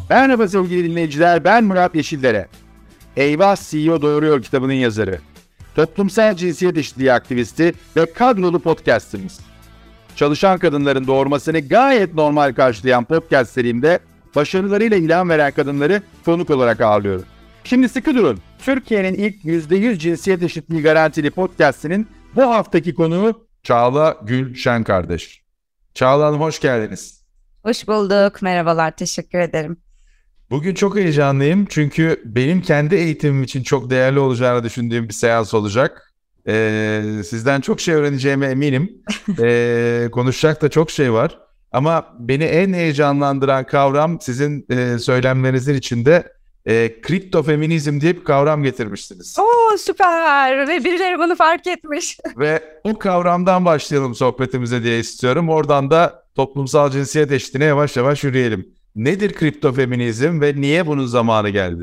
Merhaba sevgili dinleyiciler, ben Murat Yeşildere. Eyvah CEO Doğuruyor kitabının yazarı, toplumsal cinsiyet eşitliği aktivisti ve kadrolu podcastımız. Çalışan kadınların doğurmasını gayet normal karşılayan podcast serimde başarılarıyla ilham veren kadınları konuk olarak ağırlıyorum. Şimdi sıkı durun. Türkiye'nin ilk %100 cinsiyet eşitliği garantili podcastinin bu haftaki konuğu Çağla Gül Şen kardeş. Çağla Hanım hoş geldiniz. Hoş bulduk. Merhabalar. Teşekkür ederim. Bugün çok heyecanlıyım çünkü benim kendi eğitimim için çok değerli olacağını düşündüğüm bir seans olacak. Sizden çok şey öğreneceğime eminim. Konuşacak da çok şey var. Ama beni en heyecanlandıran kavram sizin söylemlerinizin içinde kripto feminizm diye bir kavram getirmişsiniz. Oo süper ve birileri bunu fark etmiş. Ve o kavramdan başlayalım sohbetimize diye istiyorum. Oradan da toplumsal cinsiyet eşitliğine yavaş yavaş yürüyelim. Nedir kripto feminizm ve niye bunun zamanı geldi?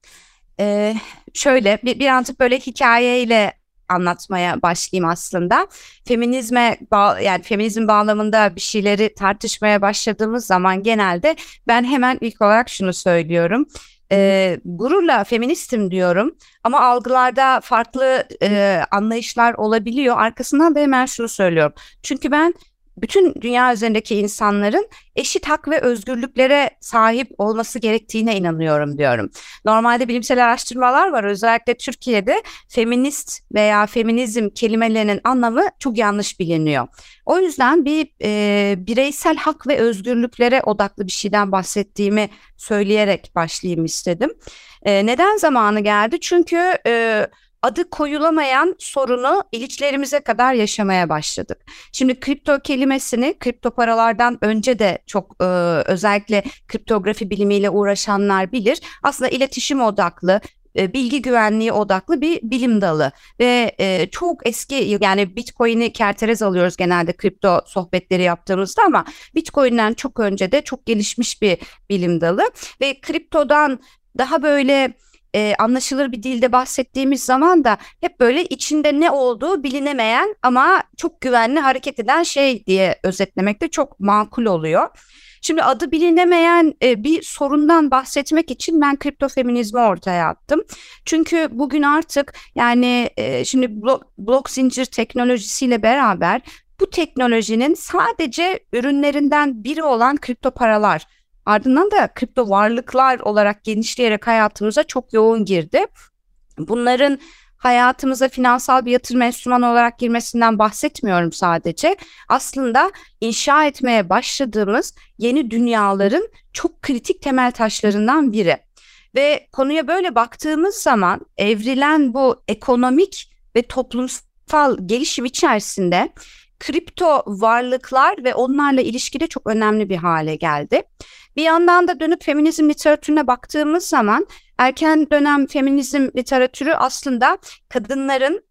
Şöyle birazcık böyle hikayeyle anlatmaya başlayayım aslında. Yani feminizm bağlamında bir şeyleri tartışmaya başladığımız zaman genelde ben hemen ilk olarak şunu söylüyorum. Gururla feministim diyorum ama algılarda farklı anlayışlar olabiliyor. Arkasından da hemen şunu söylüyorum. Çünkü ben bütün dünya üzerindeki insanların eşit hak ve özgürlüklere sahip olması gerektiğine inanıyorum diyorum. Normalde bilimsel araştırmalar var. Özellikle Türkiye'de feminist veya feminizm kelimelerinin anlamı çok yanlış biliniyor. O yüzden bir bireysel hak ve özgürlüklere odaklı bir şeyden bahsettiğimi söyleyerek başlayayım istedim. Neden zamanı geldi? Çünkü adı koyulamayan sorunu iliklerimize kadar yaşamaya başladık. Şimdi kripto kelimesini kripto paralardan önce de çok özellikle kriptografi bilimiyle uğraşanlar bilir. Aslında iletişim odaklı, bilgi güvenliği odaklı bir bilim dalı ve çok eski, yani Bitcoin'i kerterez alıyoruz genelde kripto sohbetleri yaptığımızda ama Bitcoin'den çok önce de çok gelişmiş bir bilim dalı ve kriptodan daha böyle anlaşılır bir dilde bahsettiğimiz zaman da hep böyle içinde ne olduğu bilinemeyen ama çok güvenli hareket eden şey diye özetlemek de çok makul oluyor. Şimdi adı bilinemeyen bir sorundan bahsetmek için ben kripto feminizmi ortaya attım. Çünkü bugün artık yani şimdi blok zincir teknolojisiyle beraber bu teknolojinin sadece ürünlerinden biri olan kripto paralar, ardından da kripto varlıklar olarak genişleyerek hayatımıza çok yoğun girdi. Bunların hayatımıza finansal bir yatırım enstrümanı olarak girmesinden bahsetmiyorum sadece. Aslında inşa etmeye başladığımız yeni dünyaların çok kritik temel taşlarından biri. Ve konuya böyle baktığımız zaman evrilen bu ekonomik ve toplumsal gelişim içerisinde kripto varlıklar ve onlarla ilişki de çok önemli bir hale geldi. Bir yandan da dönüp feminizm literatürüne baktığımız zaman erken dönem feminizm literatürü aslında kadınların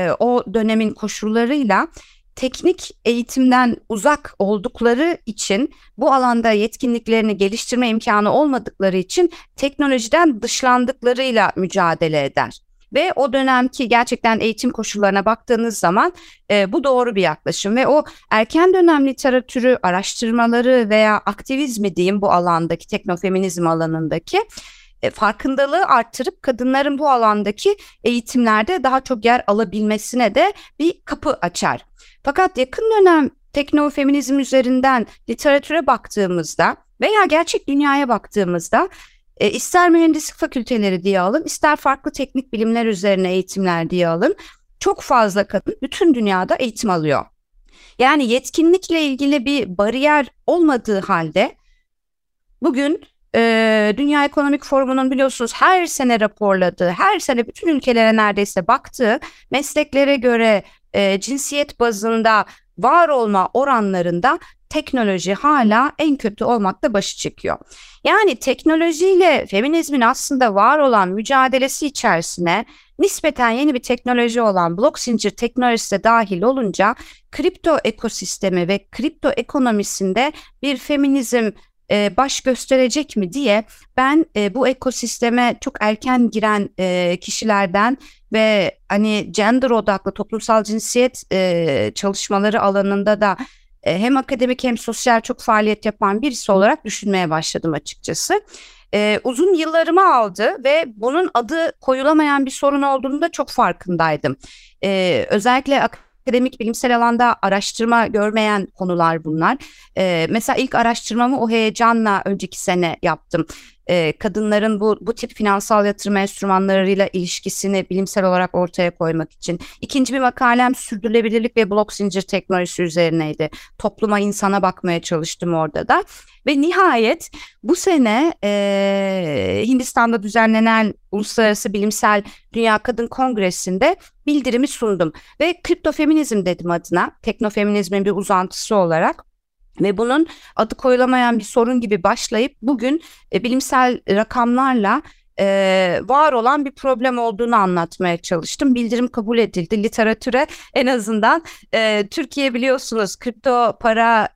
o dönemin koşullarıyla teknik eğitimden uzak oldukları için, bu alanda yetkinliklerini geliştirme imkanı olmadıkları için teknolojiden dışlandıklarıyla mücadele eder. Ve o dönemki gerçekten eğitim koşullarına baktığınız zaman bu doğru bir yaklaşım ve o erken dönem literatürü araştırmaları veya aktivizmi diyeyim bu alandaki teknofeminizm alanındaki farkındalığı arttırıp kadınların bu alandaki eğitimlerde daha çok yer alabilmesine de bir kapı açar. Fakat yakın dönem teknofeminizm üzerinden literatüre baktığımızda veya gerçek dünyaya baktığımızda ister mühendislik fakülteleri diye alın, ister farklı teknik bilimler üzerine eğitimler diye alın, çok fazla kadın bütün dünyada eğitim alıyor. Yani yetkinlikle ilgili bir bariyer olmadığı halde bugün Dünya Ekonomik Forumu'nun biliyorsunuz her sene raporladığı, her sene bütün ülkelere neredeyse baktığı mesleklere göre cinsiyet bazında var olma oranlarında teknoloji hala en kötü olmakta başı çekiyor. Yani teknolojiyle feminizmin aslında var olan mücadelesi içerisine nispeten yeni bir teknoloji olan blok zincir teknolojisi de dahil olunca kripto ekosistemi ve kripto ekonomisinde bir feminizm baş gösterecek mi diye ben bu ekosisteme çok erken giren kişilerden ve hani gender odaklı toplumsal cinsiyet çalışmaları alanında da hem akademik hem sosyal çok faaliyet yapan birisi olarak düşünmeye başladım açıkçası. Uzun yıllarımı aldı ve bunun adı koyulamayan bir sorun olduğunu da çok farkındaydım. Özellikle akademik bilimsel alanda araştırma görmeyen konular bunlar. Mesela ilk araştırmamı o heyecanla önceki sene yaptım. Kadınların bu tip finansal yatırım enstrümanlarıyla ilişkisini bilimsel olarak ortaya koymak için. İkinci bir makalem sürdürülebilirlik ve blok zincir teknolojisi üzerineydi. Topluma, insana bakmaya çalıştım orada da. Ve nihayet bu sene Hindistan'da düzenlenen Uluslararası Bilimsel Dünya Kadın Kongresi'nde bildirimi sundum. Ve kriptofeminizm dedim adına, teknofeminizmin bir uzantısı olarak. Ve bunun adı koyulamayan bir sorun gibi başlayıp bugün bilimsel rakamlarla var olan bir problem olduğunu anlatmaya çalıştım. Bildirim kabul edildi. Literatüre en azından Türkiye biliyorsunuz kripto para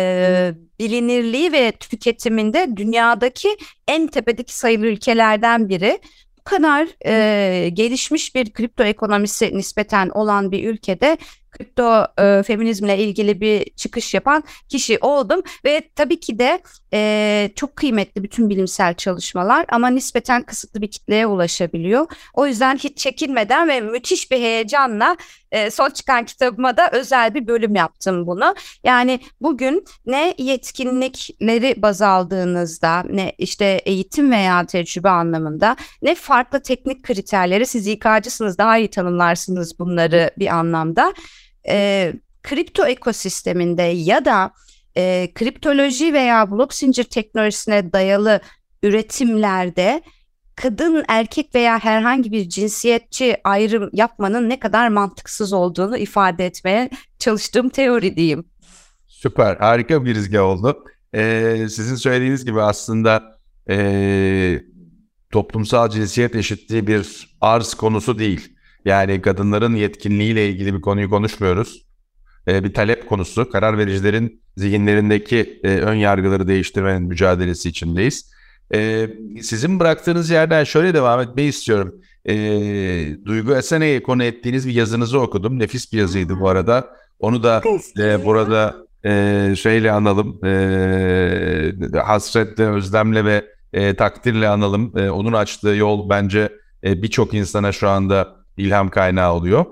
bilinirliği ve tüketiminde dünyadaki en tepedeki sayılı ülkelerden biri. Bu kadar gelişmiş bir kripto ekonomisi nispeten olan bir ülkede kripto feminizmle ilgili bir çıkış yapan kişi oldum ve tabii ki de çok kıymetli bütün bilimsel çalışmalar ama nispeten kısıtlı bir kitleye ulaşabiliyor. O yüzden hiç çekinmeden ve müthiş bir heyecanla son çıkan kitabıma da özel bir bölüm yaptım bunu. Yani bugün ne yetkinlikleri baz aldığınızda, ne işte eğitim veya tecrübe anlamında, ne farklı teknik kriterleri, siz İK'cısınız daha iyi tanımlarsınız bunları bir anlamda. Kripto ekosisteminde ya da kriptoloji veya blok zincir teknolojisine dayalı üretimlerde kadın, erkek veya herhangi bir cinsiyetçi ayrım yapmanın ne kadar mantıksız olduğunu ifade etmeye çalıştığım teori diyeyim. Süper, harika bir girizgah oldu. Sizin söylediğiniz gibi aslında toplumsal cinsiyet eşitliği bir arz konusu değil. Yani kadınların yetkinliğiyle ilgili bir konuyu konuşmuyoruz. Bir talep konusu. Karar vericilerin zihinlerindeki ön yargıları değiştirmenin mücadelesi içindeyiz. Sizin bıraktığınız yerden şöyle devam etmeyi istiyorum. Duygu Esen'e konu ettiğiniz bir yazınızı okudum. Nefis bir yazıydı bu arada. Onu da burada şeyle analım. Hasretle, özlemle ve takdirle analım. Onun açtığı yol bence birçok insana şu anda ilham kaynağı oluyor.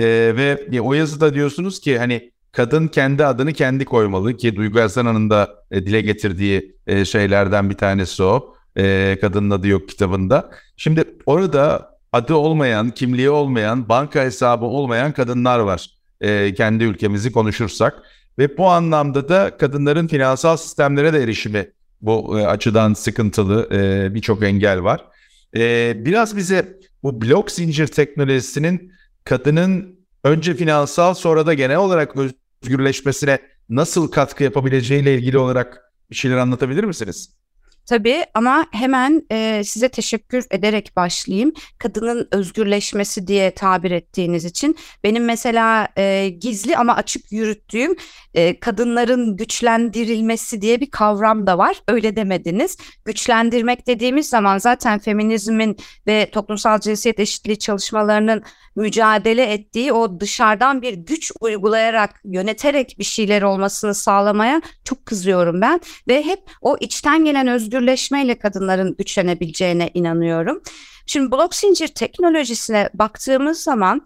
Ve o yazıda diyorsunuz ki hani kadın kendi adını kendi koymalı ki Duygu Esen'in da dile getirdiği şeylerden bir tanesi o. Kadının adı yok kitabında. Şimdi orada adı olmayan, kimliği olmayan, banka hesabı olmayan kadınlar var. Kendi ülkemizi konuşursak. Ve bu anlamda da kadınların finansal sistemlere de erişimi bu açıdan sıkıntılı, birçok engel var. Biraz bize bu blok zincir teknolojisinin kadının önce finansal sonra da genel olarak özgürleşmesine nasıl katkı yapabileceğiyle ilgili olarak bir şeyler anlatabilir misiniz? Tabii ama hemen size teşekkür ederek başlayayım. Kadının özgürleşmesi diye tabir ettiğiniz için. Benim mesela gizli ama açık yürüttüğüm kadınların güçlendirilmesi diye bir kavram da var. Öyle demediniz. Güçlendirmek dediğimiz zaman zaten feminizmin ve toplumsal cinsiyet eşitliği çalışmalarının mücadele ettiği o dışarıdan bir güç uygulayarak, yöneterek bir şeyler olmasını sağlamaya çok kızıyorum ben. Ve hep o içten gelen özgürleşmeyle kadınların güçlenebileceğine inanıyorum. Şimdi blok zincir teknolojisine baktığımız zaman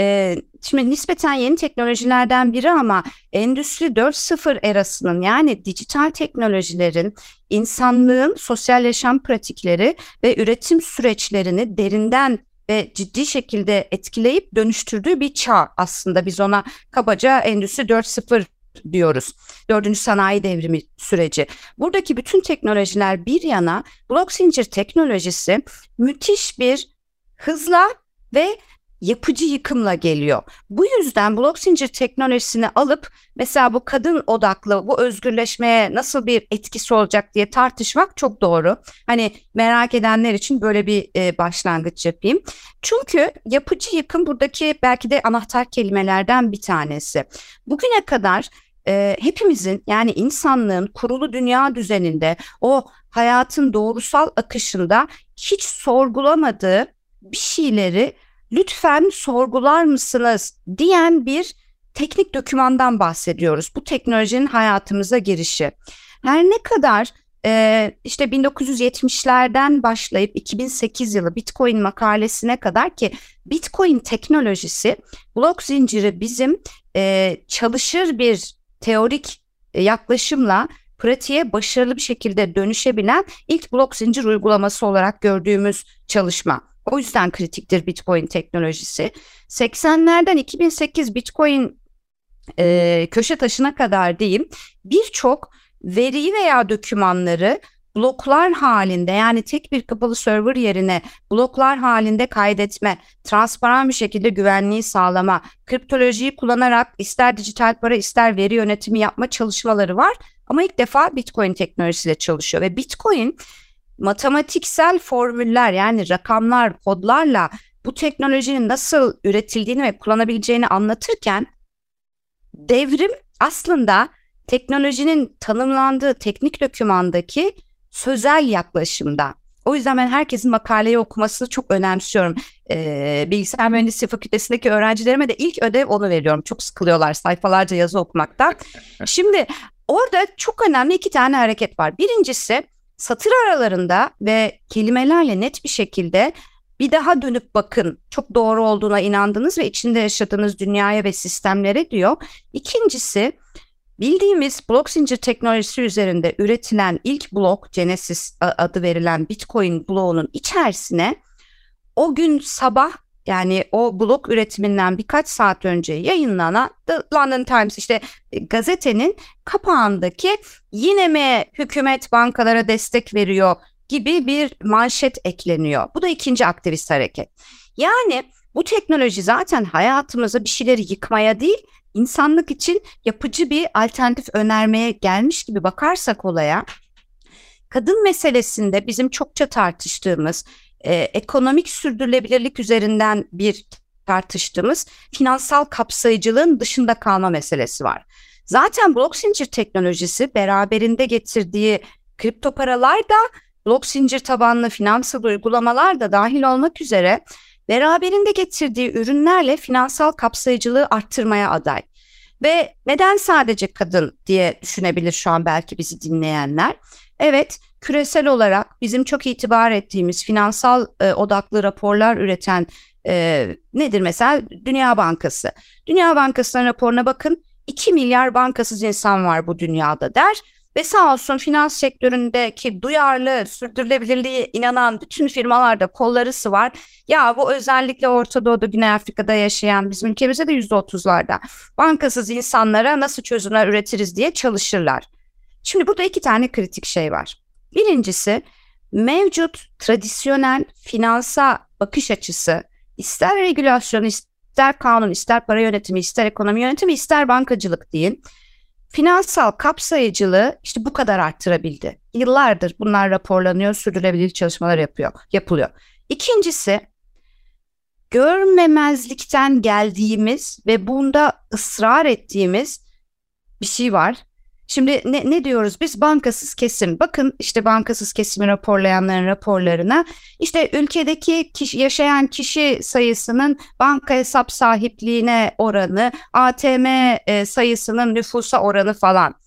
şimdi nispeten yeni teknolojilerden biri ama Endüstri 4.0 erasının yani dijital teknolojilerin insanlığın sosyal yaşam pratikleri ve üretim süreçlerini derinden ve ciddi şekilde etkileyip dönüştürdüğü bir çağ aslında. Biz ona kabaca Endüstri 4.0 diyoruz. 4. sanayi devrimi süreci. Buradaki bütün teknolojiler bir yana blok zincir teknolojisi müthiş bir hızla ve yapıcı yıkımla geliyor. Bu yüzden blok zincir teknolojisini alıp mesela bu kadın odaklı bu özgürleşmeye nasıl bir etkisi olacak diye tartışmak çok doğru. Hani merak edenler için böyle bir başlangıç yapayım. Çünkü yapıcı yıkım buradaki belki de anahtar kelimelerden bir tanesi. Bugüne kadar hepimizin yani insanlığın kurulu dünya düzeninde o hayatın doğrusal akışında hiç sorgulamadığı bir şeyleri lütfen sorgular mısınız diyen bir teknik dokümandan bahsediyoruz. Bu teknolojinin hayatımıza girişi. Her ne kadar işte 1970'lerden başlayıp 2008 yılı Bitcoin makalesine kadar ki Bitcoin teknolojisi blok zinciri bizim çalışır bir teorik yaklaşımla pratiğe başarılı bir şekilde dönüşebilen ilk blok zincir uygulaması olarak gördüğümüz çalışma. O yüzden kritiktir Bitcoin teknolojisi. 80'lerden 2008 Bitcoin köşe taşına kadar diyeyim, birçok veriyi veya dokümanları bloklar halinde, yani tek bir kapalı server yerine bloklar halinde kaydetme, transparan bir şekilde güvenliği sağlama, kriptolojiyi kullanarak ister dijital para ister veri yönetimi yapma çalışmaları var. Ama ilk defa Bitcoin teknolojisiyle çalışıyor ve Bitcoin matematiksel formüller, yani rakamlar, kodlarla bu teknolojinin nasıl üretildiğini ve kullanabileceğini anlatırken devrim aslında teknolojinin tanımlandığı teknik dokümandaki sözel yaklaşımda. O yüzden ben herkesin makaleyi okumasını çok önemsiyorum. Bilgisayar Mühendisliği Fakültesindeki öğrencilerime de ilk ödev onu veriyorum. Çok sıkılıyorlar sayfalarca yazı okumaktan. Şimdi orada çok önemli 2 tane hareket var. Birincisi, satır aralarında ve kelimelerle net bir şekilde bir daha dönüp bakın, çok doğru olduğuna inandınız ve içinde yaşadığınız dünyaya ve sistemlere diyor. İkincisi, bildiğimiz blok zincir teknolojisi üzerinde üretilen ilk blok, Genesis adı verilen Bitcoin bloğunun içerisine o gün sabah, yani o blok üretiminden birkaç saat önce yayınlanan The London Times, işte gazetenin kapağındaki yine mi hükümet bankalara destek veriyor gibi bir manşet ekleniyor. Bu da ikinci aktivist hareket. Yani bu teknoloji zaten hayatımıza bir şeyleri yıkmaya değil, insanlık için yapıcı bir alternatif önermeye gelmiş gibi bakarsak olaya, kadın meselesinde bizim çokça tartıştığımız, ekonomik sürdürülebilirlik üzerinden bir tartıştığımız finansal kapsayıcılığın dışında kalma meselesi var. Zaten blok zincir teknolojisi beraberinde getirdiği kripto paralar da, blok zincir tabanlı finansal uygulamalar da dahil olmak üzere beraberinde getirdiği ürünlerle finansal kapsayıcılığı arttırmaya aday. Ve neden sadece kadın diye düşünebilir şu an belki bizi dinleyenler. Evet, küresel olarak bizim çok itibar ettiğimiz finansal odaklı raporlar üreten nedir mesela? Dünya Bankası. Dünya Bankası'nın raporuna bakın, 2 milyar bankasız insan var bu dünyada der. Ve sağ olsun finans sektöründeki duyarlı, sürdürülebilirliğe inanan bütün firmalarda kolları sıvar. Ya bu özellikle Orta Doğu'da, Güney Afrika'da yaşayan, bizim ülkemizde de %30'larda bankasız insanlara nasıl çözümler üretiriz diye çalışırlar. Şimdi burada 2 tane kritik şey var. Birincisi, mevcut tradisyonel finansa bakış açısı, ister regülasyon, ister kanun, ister para yönetimi, ister ekonomi yönetimi, ister bankacılık değil, finansal kapsayıcılığı işte bu kadar arttırabildi. Yıllardır bunlar raporlanıyor, sürdürülebilirlik çalışmalar yapılıyor. İkincisi, görmemezlikten geldiğimiz ve bunda ısrar ettiğimiz bir şey var. Şimdi ne diyoruz biz? Bankasız kesim. Bakın işte bankasız kesimi raporlayanların raporlarına, işte ülkedeki yaşayan kişi sayısının banka hesap sahipliğine oranı, ATM sayısının nüfusa oranı falan.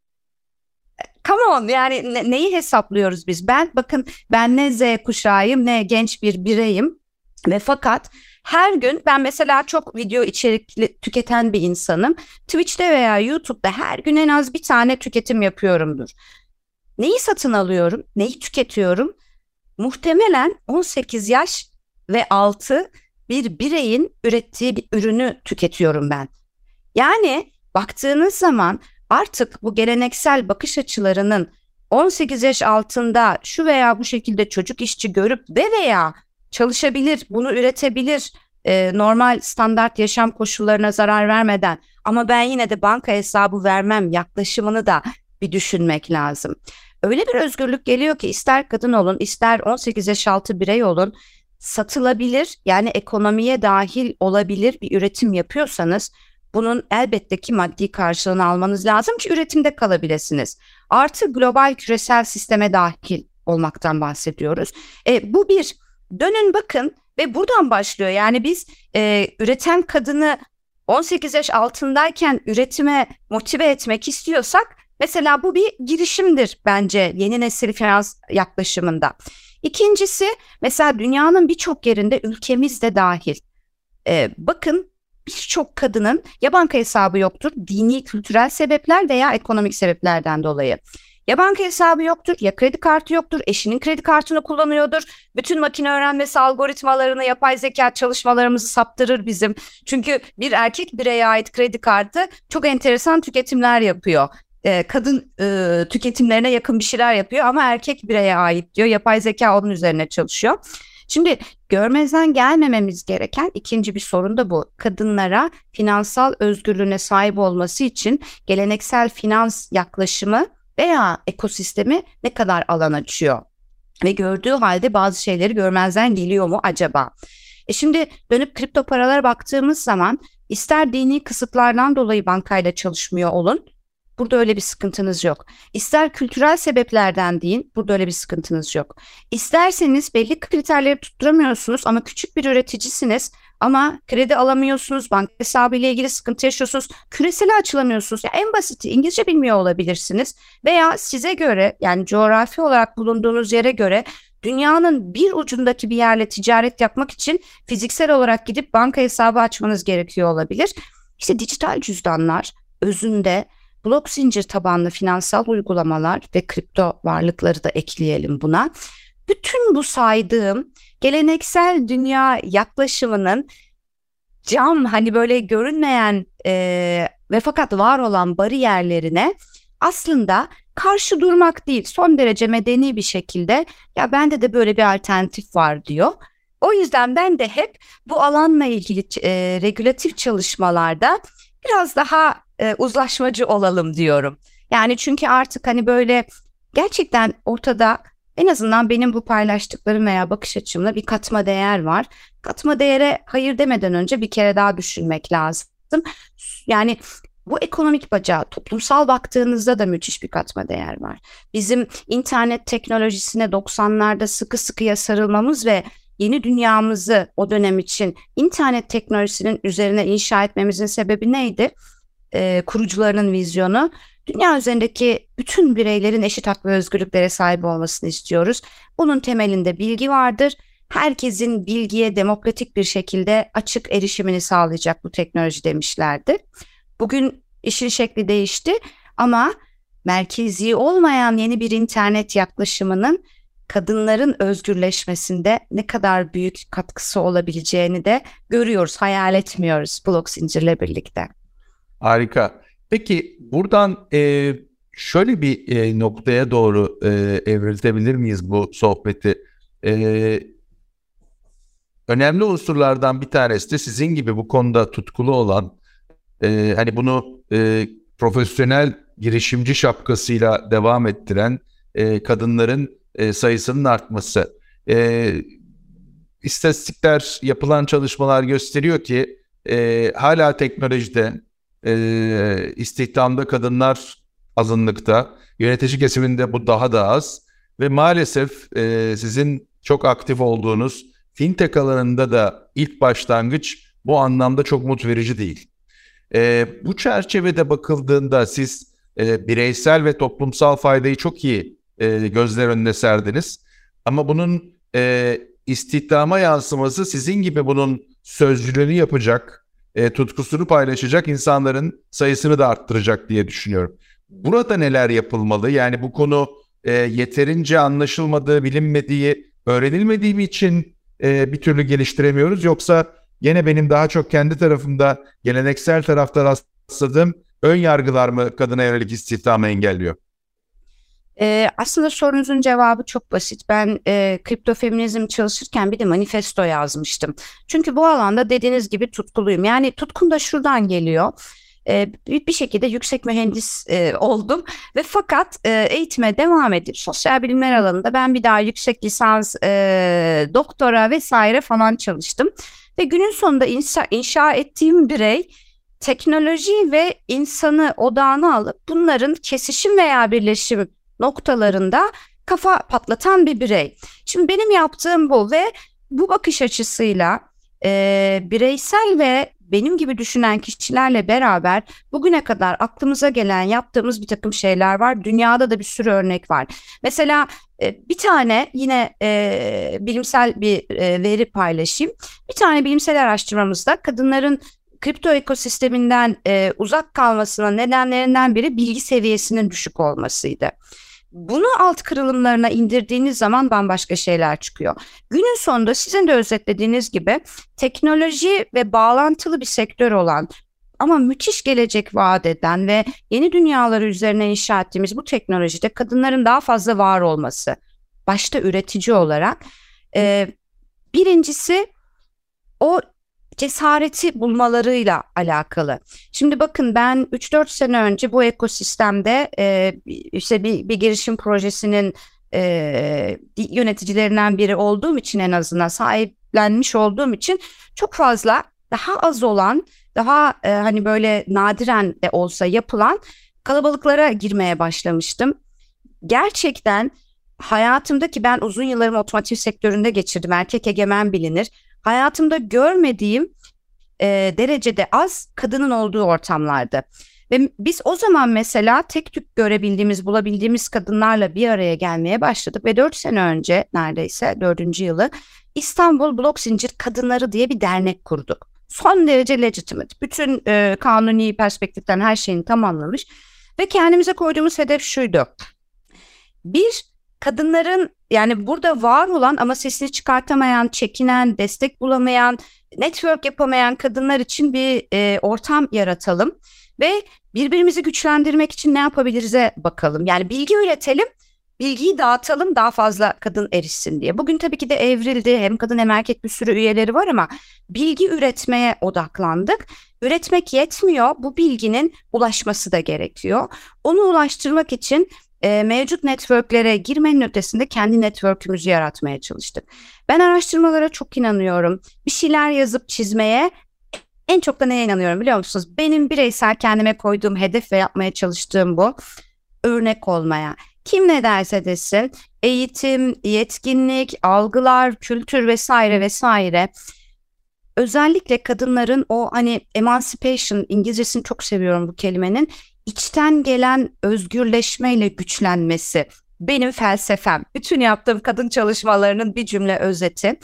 Come on, yani neyi hesaplıyoruz biz? Bakın ben ne Z kuşağıyım ne genç bir bireyim ve fakat her gün ben mesela çok video içerikli tüketen bir insanım. Twitch'te veya YouTube'da her gün en az bir tane tüketim yapıyorumdur. Neyi satın alıyorum? Neyi tüketiyorum? Muhtemelen 18 yaş ve altı bir bireyin ürettiği bir ürünü tüketiyorum ben. Yani baktığınız zaman artık bu geleneksel bakış açılarının 18 yaş altında şu veya bu şekilde çocuk işçi görüp veya çalışabilir, bunu üretebilir, normal standart yaşam koşullarına zarar vermeden, ama ben yine de banka hesabı vermem yaklaşımını da bir düşünmek lazım. Öyle bir özgürlük geliyor ki ister kadın olun, ister 18 yaş altı birey olun, satılabilir, yani ekonomiye dahil olabilir bir üretim yapıyorsanız bunun elbette ki maddi karşılığını almanız lazım ki üretimde kalabilirsiniz. Artı global küresel sisteme dahil olmaktan bahsediyoruz. Bu bir, dönün bakın ve buradan başlıyor. Yani biz üreten kadını 18 yaş altındayken üretime motive etmek istiyorsak mesela bu bir girişimdir bence yeni nesil finans yaklaşımında. İkincisi, mesela dünyanın birçok yerinde, ülkemiz de dahil. Bakın, birçok kadının ya banka hesabı yoktur, dini, kültürel sebepler veya ekonomik sebeplerden dolayı. Ya banka hesabı yoktur, ya kredi kartı yoktur, eşinin kredi kartını kullanıyordur. Bütün makine öğrenmesi algoritmalarını, yapay zeka çalışmalarımızı saptırır bizim. Çünkü bir erkek bireye ait kredi kartı çok enteresan tüketimler yapıyor. Kadın tüketimlerine yakın bir şeyler yapıyor ama erkek bireye ait diyor. Yapay zeka onun üzerine çalışıyor. Şimdi görmezden gelmememiz gereken ikinci bir sorun da bu. Kadınlara finansal özgürlüğüne sahip olması için geleneksel finans yaklaşımı veya ekosistemi ne kadar alan açıyor? Ve gördüğü halde bazı şeyleri görmezden geliyor mu acaba? Şimdi dönüp kripto paralara baktığımız zaman ister dini kısıtlardan dolayı bankayla çalışmıyor olun, burada öyle bir sıkıntınız yok. İster kültürel sebeplerden deyin, burada öyle bir sıkıntınız yok. İsterseniz belli kriterleri tutturamıyorsunuz ama küçük bir üreticisiniz ama kredi alamıyorsunuz, banka hesabı ile ilgili sıkıntı yaşıyorsunuz, küresele açılamıyorsunuz. Ya en basiti İngilizce bilmiyor olabilirsiniz veya size göre, yani coğrafi olarak bulunduğunuz yere göre dünyanın bir ucundaki bir yerle ticaret yapmak için fiziksel olarak gidip banka hesabı açmanız gerekiyor olabilir. İşte dijital cüzdanlar özünde blok zincir tabanlı finansal uygulamalar ve kripto varlıkları da ekleyelim buna. Bütün bu saydığım geleneksel dünya yaklaşımının hani böyle görünmeyen ve fakat var olan bariyerlerine aslında karşı durmak değil, son derece medeni bir şekilde ya bende de böyle bir alternatif var diyor. O yüzden ben de hep bu alanla ilgili regülatif çalışmalarda biraz daha uzlaşmacı olalım diyorum. Yani çünkü artık hani böyle gerçekten ortada, en azından benim bu paylaştıklarım veya bakış açımla bir katma değer var. Katma değere hayır demeden önce bir kere daha düşünmek lazım. Yani bu ekonomik bacağı toplumsal baktığınızda da müthiş bir katma değer var. Bizim internet teknolojisine 90'larda sıkı sıkıya sarılmamız ve yeni dünyamızı o dönem için internet teknolojisinin üzerine inşa etmemizin sebebi neydi? Kurucularının vizyonu, dünya üzerindeki bütün bireylerin eşit hak ve özgürlüklere sahip olmasını istiyoruz. Bunun temelinde bilgi vardır. Herkesin bilgiye demokratik bir şekilde açık erişimini sağlayacak bu teknoloji demişlerdi. Bugün işin şekli değişti ama merkezi olmayan yeni bir internet yaklaşımının kadınların özgürleşmesinde ne kadar büyük katkısı olabileceğini de görüyoruz, hayal etmiyoruz blok zincirle birlikte. Harika. Peki buradan şöyle bir noktaya doğru evriltebilir miyiz bu sohbeti? Önemli unsurlardan bir tanesi de sizin gibi bu konuda tutkulu olan, hani bunu profesyonel girişimci şapkasıyla devam ettiren kadınların sayısının artması. İstatistikler, yapılan çalışmalar gösteriyor ki hala teknolojide, istihdamda kadınlar azınlıkta, yönetici kesiminde bu daha da az ve maalesef sizin çok aktif olduğunuz fintech alanında da ilk başlangıç bu anlamda çok umut verici değil. Bu çerçevede bakıldığında siz bireysel ve toplumsal faydayı çok iyi gözler önüne serdiniz. Ama bunun istihdama yansıması sizin gibi bunun sözcülüğünü yapacak, tutkusunu paylaşacak insanların sayısını da arttıracak diye düşünüyorum. Burada neler yapılmalı? Yani bu konu yeterince anlaşılmadığı, bilinmediği, öğrenilmediği mi için bir türlü geliştiremiyoruz? Yoksa yine benim daha çok kendi tarafımda geleneksel tarafta rastladığım ön yargılar mı kadına yönelik istihdamı engelliyor? Aslında sorunuzun cevabı çok basit. Ben kripto feminizm çalışırken bir de manifesto yazmıştım. Çünkü bu alanda dediğiniz gibi tutkuluyum. Yani tutkum da şuradan geliyor. Bir şekilde yüksek mühendis oldum ve fakat eğitime devam edip sosyal bilimler alanında ben bir daha yüksek lisans, doktora vesaire falan çalıştım. Ve günün sonunda inşa ettiğim birey teknoloji ve insanı odağına alıp bunların kesişim veya birleşim noktalarında kafa patlatan bir birey. Şimdi benim yaptığım bu ve bu bakış açısıyla bireysel ve benim gibi düşünen kişilerle beraber bugüne kadar aklımıza gelen yaptığımız bir takım şeyler var. Dünyada da bir sürü örnek var. Mesela bir tane yine bilimsel bir veri paylaşayım. Bir tane bilimsel araştırmamızda kadınların kripto ekosisteminden uzak kalmasının nedenlerinden biri bilgi seviyesinin düşük olmasıydı. Bunu alt kırılımlarına indirdiğiniz zaman bambaşka şeyler çıkıyor. Günün sonunda sizin de özetlediğiniz gibi teknoloji ve bağlantılı bir sektör olan ama müthiş gelecek vaat eden ve yeni dünyaları üzerine inşa ettiğimiz bu teknolojide kadınların daha fazla var olması, başta üretici olarak. Birincisi o cesareti bulmalarıyla alakalı. Şimdi bakın, ben 3-4 sene önce bu ekosistemde işte bir girişim projesinin yöneticilerinden biri olduğum için, en azından sahiplenmiş olduğum için çok fazla daha az olan, daha hani böyle nadiren de olsa yapılan kalabalıklara girmeye başlamıştım. Gerçekten hayatımdaki, ben uzun yıllarımı otomotiv sektöründe geçirdim. Erkek egemen bilinir. Hayatımda görmediğim derecede az kadının olduğu ortamlarda. Ve biz o zaman mesela tek tük görebildiğimiz, bulabildiğimiz kadınlarla bir araya gelmeye başladık. Ve 4 sene önce, neredeyse 4. yılı, İstanbul Blok Zincir Kadınları diye bir dernek kurduk. Son derece legitimate. Bütün kanuni perspektiften her şeyini tamamlamış. Ve kendimize koyduğumuz hedef şuydu. Bir, kadınların, yani burada var olan ama sesini çıkartamayan, çekinen, destek bulamayan, network yapamayan kadınlar için bir ortam yaratalım ve birbirimizi güçlendirmek için ne yapabiliriz'e bakalım. Yani bilgi üretelim, bilgiyi dağıtalım, daha fazla kadın erişsin diye. Bugün tabii ki de evrildi. Hem kadın hem erkek bir sürü üyeleri var ama bilgi üretmeye odaklandık. Üretmek yetmiyor. Bu bilginin ulaşması da gerekiyor. Onu ulaştırmak için mevcut networklere girmenin ötesinde kendi network'ümüzü yaratmaya çalıştık. Ben araştırmalara çok inanıyorum. Bir şeyler yazıp çizmeye, en çok da neye inanıyorum biliyor musunuz? Benim bireysel kendime koyduğum hedef ve yapmaya çalıştığım bu. Örnek olmaya. Kim ne derse desin, eğitim, yetkinlik, algılar, kültür vesaire vesaire. Özellikle kadınların o hani emancipation, İngilizcesini çok seviyorum bu kelimenin, içten gelen özgürleşmeyle güçlenmesi benim felsefem. Bütün yaptığım kadın çalışmalarının bir cümle özeti.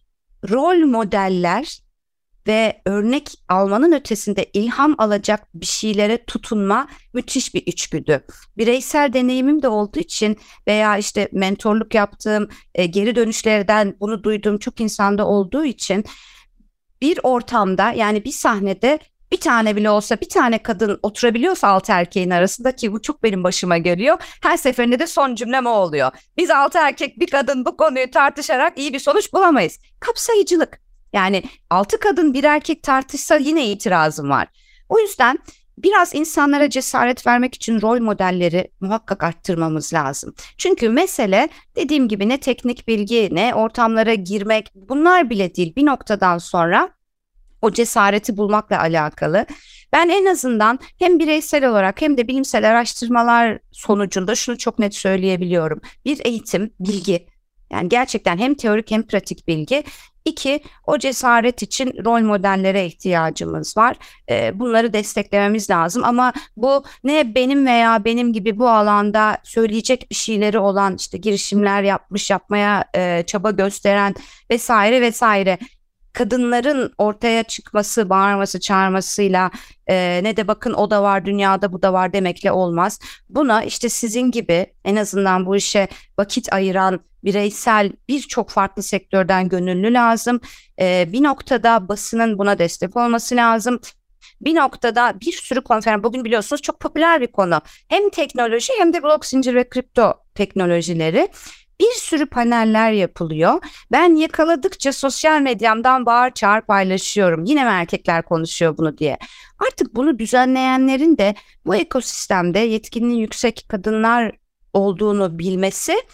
Rol modeller ve örnek almanın ötesinde ilham alacak bir şeylere tutunma müthiş bir içgüdü. Bireysel deneyimim de olduğu için veya işte mentorluk yaptığım, geri dönüşlerden bunu duyduğum çok insanda olduğu için bir ortamda, yani bir sahnede bir tane bile olsa bir tane kadın oturabiliyorsa 6 erkeğin arasında, ki bu çok benim başıma geliyor. Her seferinde de son cümlem o oluyor. Biz 6 erkek bir kadın bu konuyu tartışarak iyi bir sonuç bulamayız. Kapsayıcılık. Yani 6 kadın bir erkek tartışsa yine itirazım var. O yüzden biraz insanlara cesaret vermek için rol modelleri muhakkak arttırmamız lazım. Çünkü mesele, dediğim gibi, ne teknik bilgi, ne ortamlara girmek, bunlar bile değil. Bir noktadan sonra o cesareti bulmakla alakalı. Ben en azından hem bireysel olarak hem de bilimsel araştırmalar sonucunda şunu çok net söyleyebiliyorum. Bir, eğitim, bilgi. Yani gerçekten hem teorik hem pratik bilgi. 2, o cesaret için rol modellere ihtiyacımız var. Bunları desteklememiz lazım ama bu ne benim veya benim gibi bu alanda söyleyecek bir şeyleri olan, işte girişimler yapmış, yapmaya çaba gösteren vesaire vesaire kadınların ortaya çıkması, bağırması, çağırmasıyla ne de bakın o da var, dünyada bu da var demekle olmaz. Buna işte sizin gibi en azından bu işe vakit ayıran bireysel birçok farklı sektörden gönüllü lazım. Bir noktada basının buna destek olması lazım. Bir noktada bir sürü konferans, bugün biliyorsunuz çok popüler bir konu. Hem teknoloji hem de blok zincir ve kripto teknolojileri. Bir sürü paneller yapılıyor. Ben yakaladıkça sosyal medyamdan bağır çağır paylaşıyorum. Yine mi erkekler konuşuyor bunu diye. Artık bunu düzenleyenlerin de bu ekosistemde yetkinliği yüksek kadınlar olduğunu bilmesi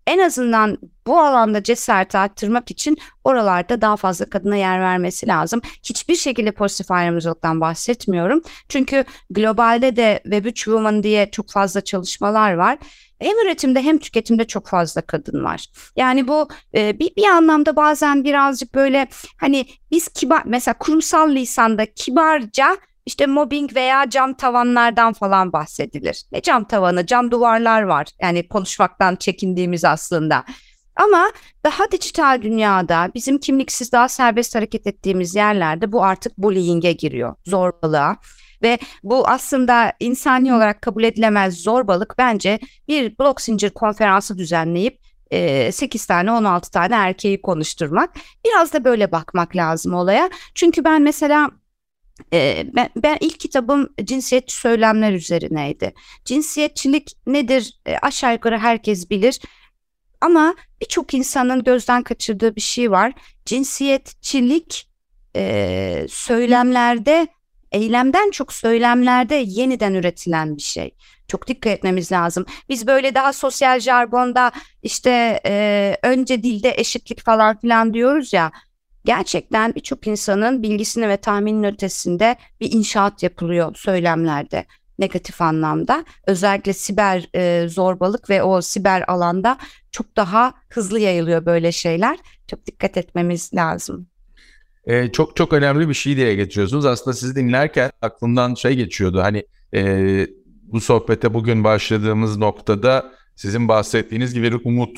en azından bu alanda cesaret arttırmak için oralarda daha fazla kadına yer vermesi lazım. Hiçbir şekilde pozitif ayrımcılıktan bahsetmiyorum. Çünkü globalde de Web3 Woman diye çok fazla çalışmalar var. Hem üretimde hem tüketimde çok fazla kadın var. Yani bu bir anlamda bazen birazcık böyle hani biz kibar, mesela kurumsal lisanda kibarca işte mobbing veya cam tavanlardan falan bahsedilir. Cam tavanı, cam duvarlar var. Yani konuşmaktan çekindiğimiz aslında. Ama daha dijital dünyada bizim kimliksiz daha serbest hareket ettiğimiz yerlerde bu artık bullying'e giriyor, zorbalığa. Ve bu aslında insani olarak kabul edilemez zorbalık bence bir blok zincir konferansı düzenleyip 8 tane 16 tane erkeği konuşturmak. Biraz da böyle bakmak lazım olaya. Çünkü ben mesela ben ilk kitabım cinsiyetçi söylemler üzerineydi. Cinsiyetçilik nedir? Aşağı yukarı herkes bilir. Ama birçok insanın gözden kaçırdığı bir şey var. Cinsiyetçilik söylemlerde, eylemden çok söylemlerde yeniden üretilen bir şey. Çok dikkat etmemiz lazım. Biz böyle daha sosyal jargonda işte önce dilde eşitlik falan filan diyoruz ya. Gerçekten birçok insanın bilgisini ve tahminin ötesinde bir inşaat yapılıyor söylemlerde. Negatif anlamda. Özellikle siber zorbalık ve o siber alanda çok daha hızlı yayılıyor böyle şeyler. Çok dikkat etmemiz lazım. Çok çok önemli bir şey dile getiriyorsunuz. Aslında sizi dinlerken aklımdan şey geçiyordu. Hani bu sohbete bugün başladığımız noktada sizin bahsettiğiniz gibi bir umut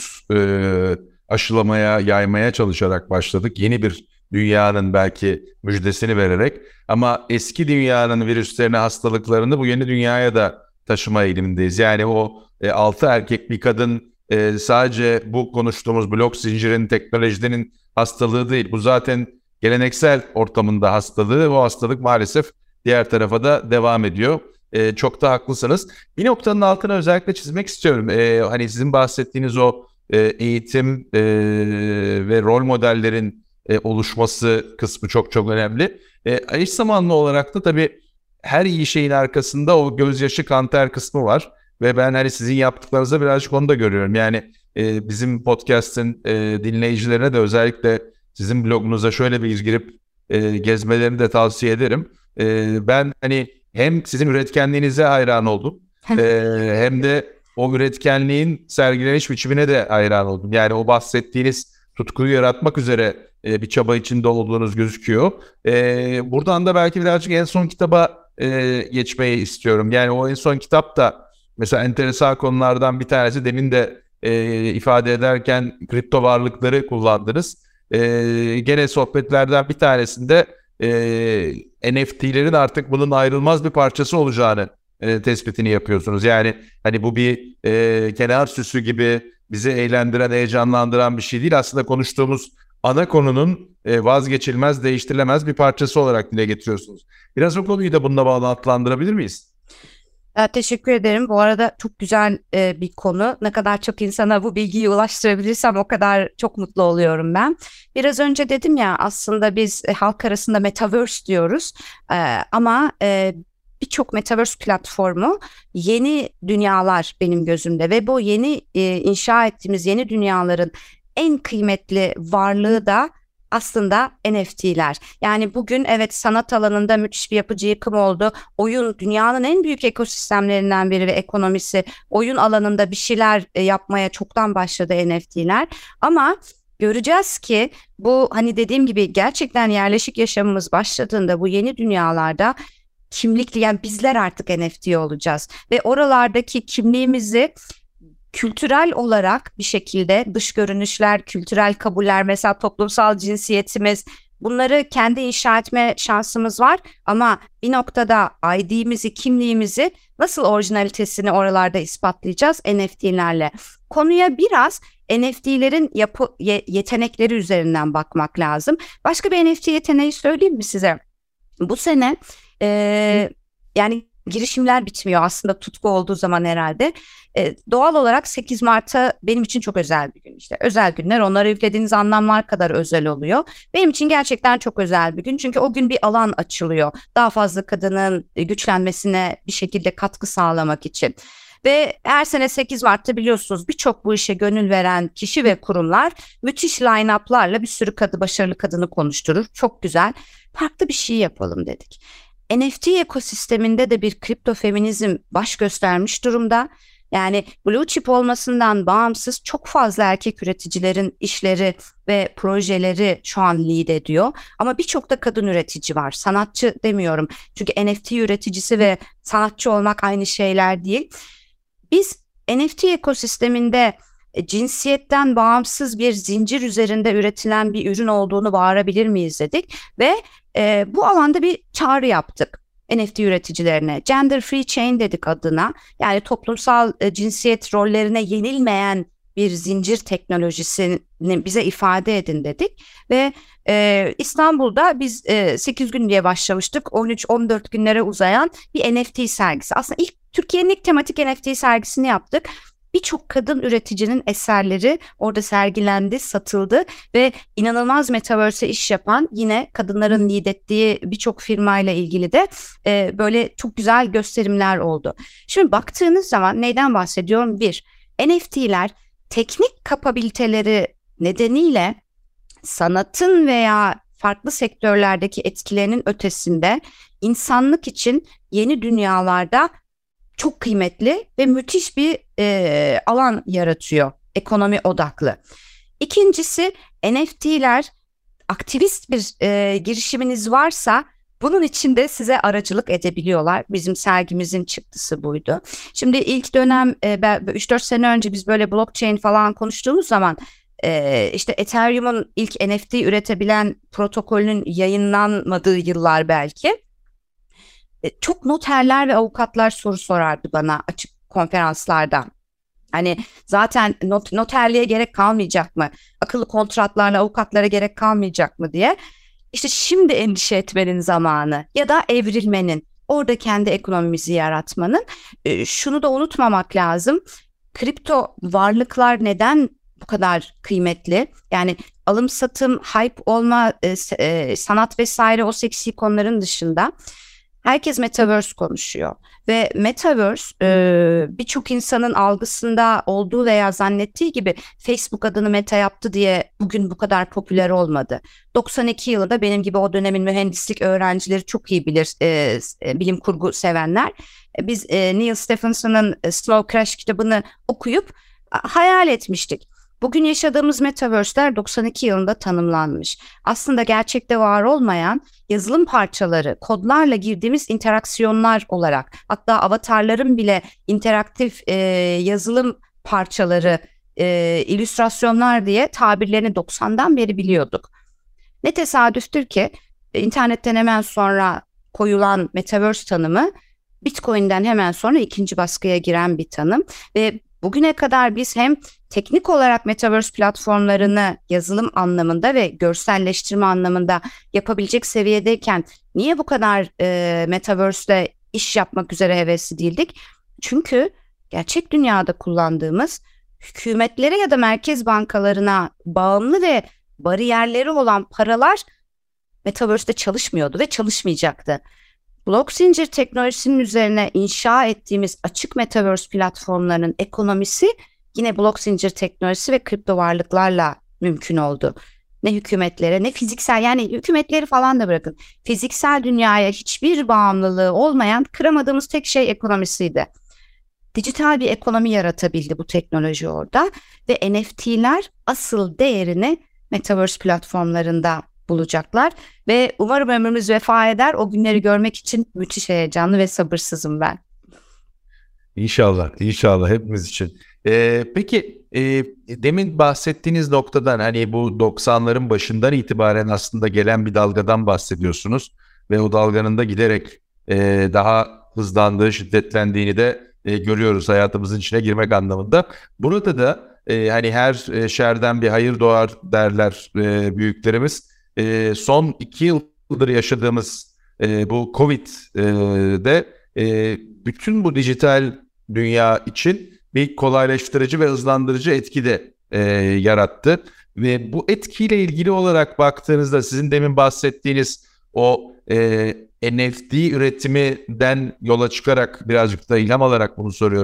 aşılamaya, yaymaya çalışarak başladık. Yeni bir dünyanın belki müjdesini vererek. Ama eski dünyanın virüslerini, hastalıklarını bu yeni dünyaya da taşıma eğilimindeyiz. Yani o 6 erkek bir kadın sadece bu konuştuğumuz blok zincirin, teknolojinin hastalığı değil. Bu zaten geleneksel ortamında hastalığı, o hastalık maalesef diğer tarafa da devam ediyor. Çok da haklısınız. Bir noktanın altına özellikle çizmek istiyorum. Hani sizin bahsettiğiniz o eğitim ve rol modellerin oluşması kısmı çok çok önemli. Eş zamanlı olarak da tabii her iyi şeyin arkasında o gözyaşı kan ter kısmı var. Ve ben hani sizin yaptıklarınızda birazcık onu da görüyorum. Yani bizim podcast'ın dinleyicilerine de özellikle sizin blogunuza şöyle bir girip gezmelerini de tavsiye ederim. Ben hani hem sizin üretkenliğinize hayran oldum hem de o üretkenliğin sergileniş biçimine de hayran oldum. Yani o bahsettiğiniz tutkuyu yaratmak üzere bir çaba içinde olduğunuz gözüküyor. Buradan da belki birazcık en son kitaba geçmeyi istiyorum. Yani o en son kitap da mesela enteresan konulardan bir tanesi, demin de ifade ederken kripto varlıkları kullandınız. Gene sohbetlerden bir tanesinde NFT'lerin artık bunun ayrılmaz bir parçası olacağını tespitini yapıyorsunuz. Yani hani bu bir kenar süsü gibi bizi eğlendiren, heyecanlandıran bir şey değil. Aslında konuştuğumuz ana konunun vazgeçilmez, değiştirilemez bir parçası olarak dile getiriyorsunuz. Biraz o konuyu da bununla bağlantılandırabilir miyiz? Teşekkür ederim. Bu arada çok güzel bir konu. Ne kadar çok insana bu bilgiyi ulaştırabilirsem o kadar çok mutlu oluyorum ben. Biraz önce dedim ya, aslında biz halk arasında metaverse diyoruz. Ama birçok metaverse platformu yeni dünyalar benim gözümde ve bu yeni inşa ettiğimiz yeni dünyaların en kıymetli varlığı da aslında NFT'ler. Yani bugün evet, sanat alanında müthiş bir yapıcı yıkım oldu. Oyun dünyanın en büyük ekosistemlerinden biri ve ekonomisi, oyun alanında bir şeyler yapmaya çoktan başladı NFT'ler. Ama göreceğiz ki bu, hani dediğim gibi, gerçekten yerleşik yaşamımız başladığında bu yeni dünyalarda kimlikli, yani bizler artık NFT olacağız ve oralardaki kimliğimizi kültürel olarak bir şekilde dış görünüşler, kültürel kabuller, mesela toplumsal cinsiyetimiz, bunları kendi inşa etme şansımız var. Ama bir noktada ID'mizi, kimliğimizi nasıl orijinalitesini oralarda ispatlayacağız? NFT'lerle. Konuya biraz NFT'lerin yetenekleri üzerinden bakmak lazım. Başka bir NFT yeteneği söyleyeyim mi size? Bu sene yani girişimler bitmiyor aslında, tutku olduğu zaman herhalde. Doğal olarak 8 Mart'a benim için çok özel bir gün. İşte özel günler, onlara yüklediğiniz anlamlar kadar özel oluyor. Benim için gerçekten çok özel bir gün. Çünkü o gün bir alan açılıyor. Daha fazla kadının güçlenmesine bir şekilde katkı sağlamak için. Ve her sene 8 Mart'ta biliyorsunuz birçok bu işe gönül veren kişi ve kurumlar müthiş line-up'larla bir sürü başarılı kadını konuşturur. Çok güzel. Farklı bir şey yapalım dedik. NFT ekosisteminde de bir kripto feminizm baş göstermiş durumda. Yani blue chip olmasından bağımsız çok fazla erkek üreticilerin işleri ve projeleri şu an lead ediyor. Ama birçok da kadın üretici var. Sanatçı demiyorum. Çünkü NFT üreticisi ve sanatçı olmak aynı şeyler değil. Biz NFT ekosisteminde cinsiyetten bağımsız bir zincir üzerinde üretilen bir ürün olduğunu bağırabilir miyiz dedik ve bu alanda bir çağrı yaptık NFT üreticilerine. Gender Free Chain dedik adına. Yani toplumsal cinsiyet rollerine yenilmeyen bir zincir teknolojisini bize ifade edin dedik ve İstanbul'da biz 8 gün diye başlamıştık. 13-14 günlere uzayan bir NFT sergisi. Aslında Türkiye'nin ilk tematik NFT sergisini yaptık. Birçok kadın üreticinin eserleri orada sergilendi, satıldı ve inanılmaz Metaverse'e iş yapan yine kadınların lead ettiği birçok firmayla ilgili de böyle çok güzel gösterimler oldu. Şimdi baktığınız zaman neyden bahsediyorum? Bir, NFT'ler teknik kapabiliteleri nedeniyle sanatın veya farklı sektörlerdeki etkilerinin ötesinde insanlık için yeni dünyalarda çok kıymetli ve müthiş bir alan yaratıyor ekonomi odaklı. İkincisi, NFT'ler aktivist bir girişiminiz varsa bunun için de size aracılık edebiliyorlar. Bizim sergimizin çıktısı buydu. Şimdi ilk dönem 3-4 sene önce biz böyle blockchain falan konuştuğumuz zaman işte Ethereum'un ilk NFT üretebilen protokolünün yayınlanmadığı yıllar belki. Çok noterler ve avukatlar soru sorardı bana açık konferanslarda. Hani zaten noterliğe gerek kalmayacak mı? Akıllı kontratlarla avukatlara gerek kalmayacak mı diye. İşte şimdi endişe etmenin zamanı ya da evrilmenin, orada kendi ekonomimizi yaratmanın. Şunu da unutmamak lazım. Kripto varlıklar neden bu kadar kıymetli? Yani alım satım, hype olma, sanat vesaire o seksi konuların dışında herkes Metaverse konuşuyor ve Metaverse birçok insanın algısında olduğu veya zannettiği gibi Facebook adını Meta yaptı diye bugün bu kadar popüler olmadı. 92 yılında benim gibi o dönemin mühendislik öğrencileri çok iyi bilir, bilim kurgu sevenler. Biz Neil Stephenson'ın Slow Crash kitabını okuyup hayal etmiştik. Bugün yaşadığımız Metaverse'ler 92 yılında tanımlanmış. Aslında gerçekte var olmayan yazılım parçaları, kodlarla girdiğimiz interaksiyonlar olarak, hatta avatarların bile interaktif yazılım parçaları, illüstrasyonlar diye tabirlerini 90'dan beri biliyorduk. Ne tesadüftür ki internetten hemen sonra koyulan Metaverse tanımı Bitcoin'den hemen sonra ikinci baskıya giren bir tanım ve bugüne kadar biz hem teknik olarak Metaverse platformlarını yazılım anlamında ve görselleştirme anlamında yapabilecek seviyedeyken niye bu kadar Metaverse'de iş yapmak üzere hevesli değildik? Çünkü gerçek dünyada kullandığımız hükümetlere ya da merkez bankalarına bağımlı ve bariyerleri olan paralar Metaverse'de çalışmıyordu ve çalışmayacaktı. Blok zincir teknolojisinin üzerine inşa ettiğimiz açık Metaverse platformlarının ekonomisi yine blok zincir teknolojisi ve kripto varlıklarla mümkün oldu. Ne hükümetlere ne fiziksel, yani hükümetleri falan da bırakın. Fiziksel dünyaya hiçbir bağımlılığı olmayan kıramadığımız tek şey ekonomisiydi. Dijital bir ekonomi yaratabildi bu teknoloji orada ve NFT'ler asıl değerini Metaverse platformlarında bulacaklar ve umarım ömrümüz vefa eder. O günleri görmek için müthiş heyecanlı ve sabırsızım ben. İnşallah, inşallah hepimiz için. Peki demin bahsettiğiniz noktadan, hani bu 90'ların başından itibaren aslında gelen bir dalgadan bahsediyorsunuz ve o dalganın da giderek daha hızlandığı, şiddetlendiğini de görüyoruz hayatımızın içine girmek anlamında. Burada da hani her şerden bir hayır doğar derler büyüklerimiz. Son 2 yıldır yaşadığımız bu Covid'de bütün bu dijital dünya için bir kolaylaştırıcı ve hızlandırıcı etki de yarattı. Ve bu etkiyle ilgili olarak baktığınızda sizin demin bahsettiğiniz o NFT üretiminden yola çıkarak birazcık da ilham alarak bunu soruyorum.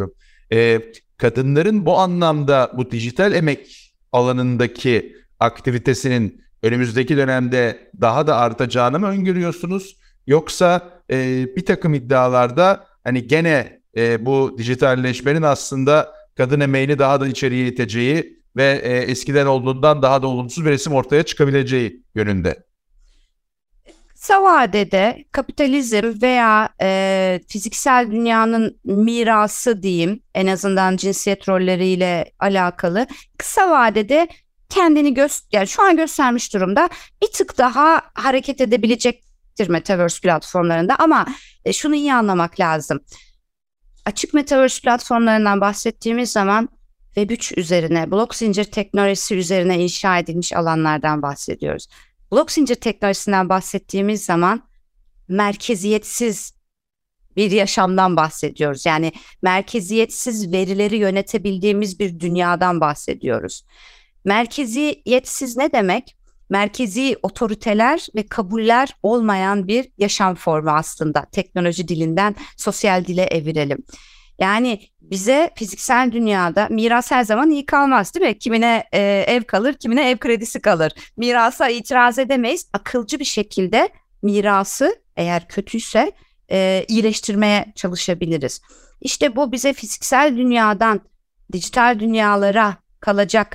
Kadınların bu anlamda bu dijital emek alanındaki aktivitesinin önümüzdeki dönemde daha da artacağını mı öngörüyorsunuz? Yoksa bir takım iddialarda hani gene bu dijitalleşmenin aslında kadın emeğini daha da içeriye iteceği ve eskiden olduğundan daha da olumsuz bir resim ortaya çıkabileceği yönünde. Kısa vadede kapitalizm veya fiziksel dünyanın mirası diyeyim, en azından cinsiyet rolleriyle alakalı kısa vadede kendini yani şu an göstermiş durumda, bir tık daha hareket edebilecektir Metaverse platformlarında, ama şunu iyi anlamak lazım. Açık Metaverse platformlarından bahsettiğimiz zaman Web3 üzerine, blok zincir teknolojisi üzerine inşa edilmiş alanlardan bahsediyoruz. Blok zincir teknolojisinden bahsettiğimiz zaman merkeziyetsiz bir yaşamdan bahsediyoruz. Yani merkeziyetsiz verileri yönetebildiğimiz bir dünyadan bahsediyoruz. Merkeziyetsiz ne demek? Merkezi otoriteler ve kabuller olmayan bir yaşam formu aslında. Teknoloji dilinden sosyal dile evirelim. Yani bize fiziksel dünyada miras her zaman iyi kalmaz, değil mi? Kimine ev kalır, kimine ev kredisi kalır. Mirasa itiraz edemeyiz. Akılcı bir şekilde mirası, eğer kötüyse, iyileştirmeye çalışabiliriz. İşte bu bize fiziksel dünyadan dijital dünyalara kalacak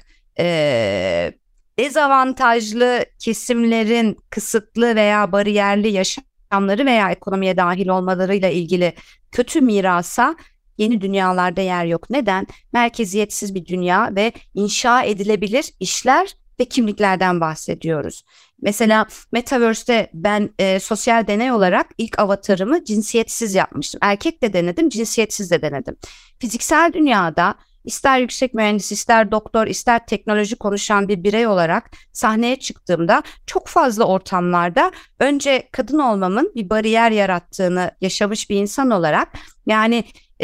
dezavantajlı kesimlerin kısıtlı veya bariyerli yaşamları veya ekonomiye dahil olmalarıyla ilgili kötü mirasa yeni dünyalarda yer yok. Neden? Merkeziyetsiz bir dünya ve inşa edilebilir işler ve kimliklerden bahsediyoruz. Mesela Metaverse'te ben sosyal deney olarak ilk avatarımı cinsiyetsiz yapmıştım. Erkek de denedim, cinsiyetsiz de denedim. Fiziksel dünyada ister yüksek mühendis, ister doktor, ister teknoloji konuşan bir birey olarak sahneye çıktığımda çok fazla ortamlarda önce kadın olmamın bir bariyer yarattığını yaşamış bir insan olarak, yani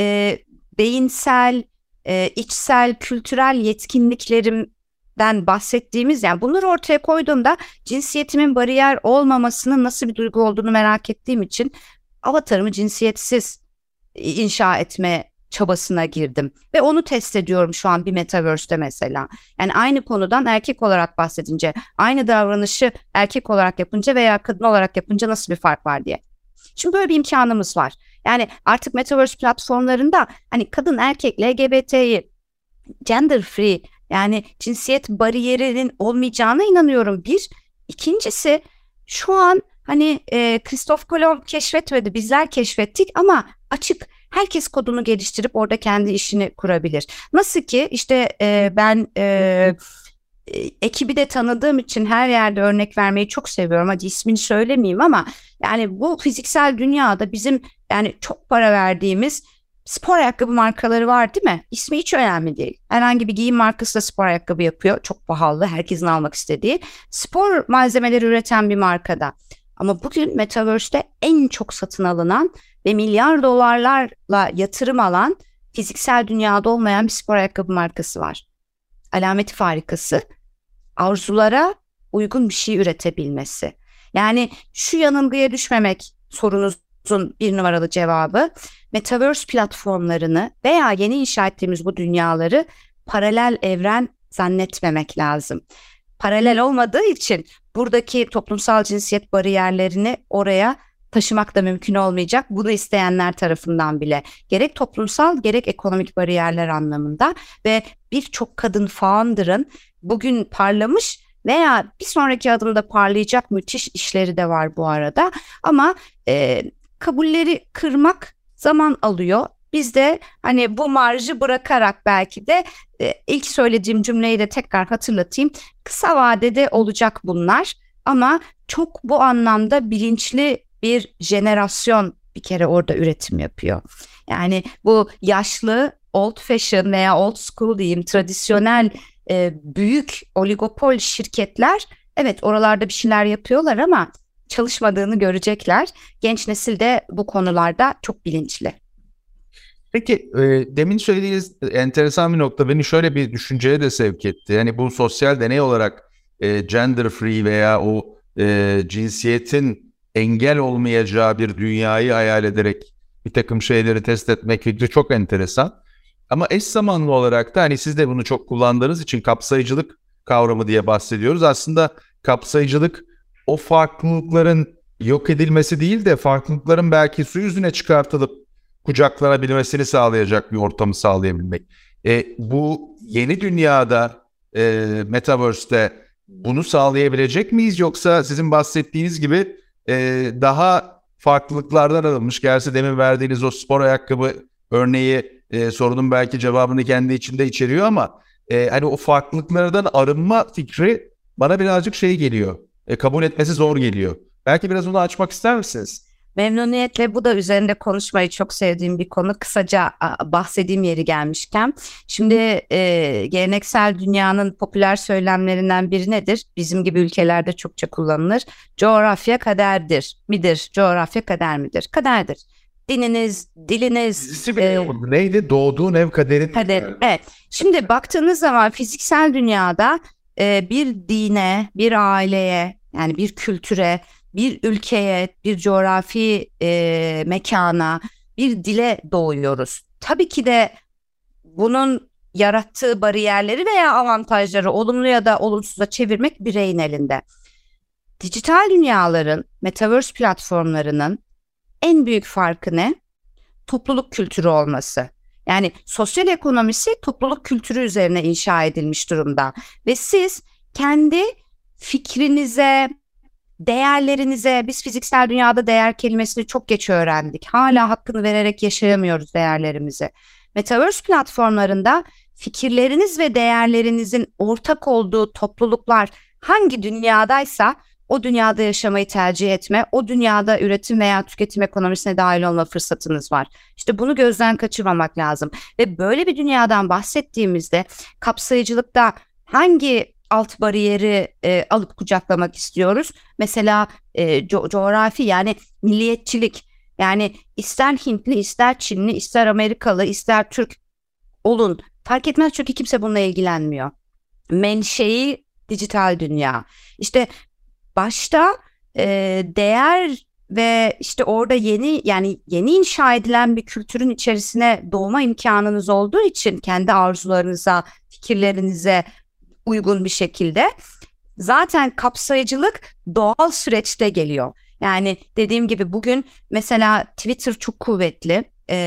beyinsel, içsel, kültürel yetkinliklerimden bahsettiğimiz, yani bunları ortaya koyduğumda cinsiyetimin bariyer olmamasının nasıl bir duygu olduğunu merak ettiğim için avatarımı cinsiyetsiz inşa etme çabasına girdim ve onu test ediyorum şu an bir Metaverse'te mesela. Yani aynı konudan erkek olarak bahsedince, aynı davranışı erkek olarak yapınca veya kadın olarak yapınca nasıl bir fark var diye. Şimdi böyle bir imkanımız var. Yani artık Metaverse platformlarında hani kadın, erkek, LGBT'yi, gender free, yani cinsiyet bariyerinin olmayacağına inanıyorum bir. İkincisi, şu an hani Christoph Kolomb keşfetmedi, bizler keşfettik, ama açık. Herkes kodunu geliştirip orada kendi işini kurabilir. Nasıl ki işte ben ekibi de tanıdığım için her yerde örnek vermeyi çok seviyorum. Hadi ismini söylemeyeyim, ama yani bu fiziksel dünyada bizim yani çok para verdiğimiz spor ayakkabı markaları var, değil mi? İsmi hiç önemli değil. Herhangi bir giyim markası da spor ayakkabı yapıyor. Çok pahalı, herkesin almak istediği. Spor malzemeleri üreten bir markada. Ama bugün Metaverse'te en çok satın alınan ve milyar dolarlarla yatırım alan fiziksel dünyada olmayan bir spor ayakkabı markası var. Alameti farikası, arzulara uygun bir şey üretebilmesi. Yani şu yanılgıya düşmemek sorunuzun bir numaralı cevabı, Metaverse platformlarını veya yeni inşa ettiğimiz bu dünyaları paralel evren zannetmemek lazım. Paralel olmadığı için buradaki toplumsal cinsiyet bariyerlerini oraya taşımak da mümkün olmayacak. Bunu isteyenler tarafından bile. Gerek toplumsal gerek ekonomik bariyerler anlamında ve birçok kadın founder'ın bugün parlamış veya bir sonraki adımda parlayacak müthiş işleri de var bu arada. Ama kabulleri kırmak zaman alıyor. Biz de hani bu marjı bırakarak belki de ilk söylediğim cümleyi de tekrar hatırlatayım. Kısa vadede olacak bunlar, ama çok bu anlamda bilinçli bir jenerasyon bir kere orada üretim yapıyor. Yani bu yaşlı, old fashion veya old school diyeyim, tradisyonel büyük oligopol şirketler, evet oralarda bir şeyler yapıyorlar ama çalışmadığını görecekler. Genç nesil de bu konularda çok bilinçli. Peki demin söylediğiniz enteresan bir nokta beni şöyle bir düşünceye de sevk etti. Yani bu sosyal deney olarak gender free veya o cinsiyetin engel olmayacağı bir dünyayı hayal ederek bir takım şeyleri test etmek fikri çok enteresan. Ama eş zamanlı olarak da hani siz de bunu çok kullandığınız için kapsayıcılık kavramı diye bahsediyoruz. Aslında kapsayıcılık o farklılıkların yok edilmesi değil de farklılıkların belki su yüzüne çıkartılıp kucaklanabilmesini sağlayacak bir ortamı sağlayabilmek. Bu yeni dünyada, Metaverse'te bunu sağlayabilecek miyiz? Yoksa sizin bahsettiğiniz gibi daha farklılıklardan alınmış. Gerçi demin verdiğiniz o spor ayakkabı örneği sorunun belki cevabını kendi içinde içeriyor ama hani o farklılıklardan arınma fikri bana birazcık şey geliyor. Kabul etmesi zor geliyor. Belki biraz onu açmak ister misiniz? Memnuniyetle, bu da üzerinde konuşmayı çok sevdiğim bir konu. Kısaca bahsedeyim yeri gelmişken. Şimdi geleneksel dünyanın popüler söylemlerinden biri nedir? Bizim gibi ülkelerde çokça kullanılır. Coğrafya kaderdir midir? Coğrafya kader midir? Kaderdir. Dininiz, diliniz. Dizisi bile yok. Neydi? Doğduğun ev kaderin. Kader. Evet. Şimdi baktığınız zaman fiziksel dünyada bir dine, bir aileye, yani bir kültüre, bir ülkeye, bir coğrafi mekana, bir dile doğuyoruz. Tabii ki de bunun yarattığı bariyerleri veya avantajları olumlu ya da olumsuza çevirmek bireyin elinde. Dijital dünyaların, metaverse platformlarının en büyük farkı ne? Topluluk kültürü olması. Yani sosyal ekonomisi topluluk kültürü üzerine inşa edilmiş durumda. Ve siz kendi fikrinize, değerlerinize, biz fiziksel dünyada değer kelimesini çok geç öğrendik. Hala hakkını vererek yaşayamıyoruz değerlerimizi. Metaverse platformlarında fikirleriniz ve değerlerinizin ortak olduğu topluluklar hangi dünyadaysa o dünyada yaşamayı tercih etme, o dünyada üretim veya tüketim ekonomisine dahil olma fırsatınız var. İşte bunu gözden kaçırmamak lazım. Ve böyle bir dünyadan bahsettiğimizde kapsayıcılıkta hangi alt bariyeri alıp kucaklamak istiyoruz? Mesela coğrafi, yani milliyetçilik. Yani ister Hintli, ister Çinli, ister Amerikalı, ister Türk olun. Fark etmez, çünkü kimse bununla ilgilenmiyor. Menşei dijital dünya. İşte başta değer ve işte orada yeni inşa edilen bir kültürün içerisine doğma imkanınız olduğu için kendi arzularınıza, fikirlerinize uygun bir şekilde zaten kapsayıcılık doğal süreçte geliyor. Yani dediğim gibi bugün mesela Twitter çok kuvvetli,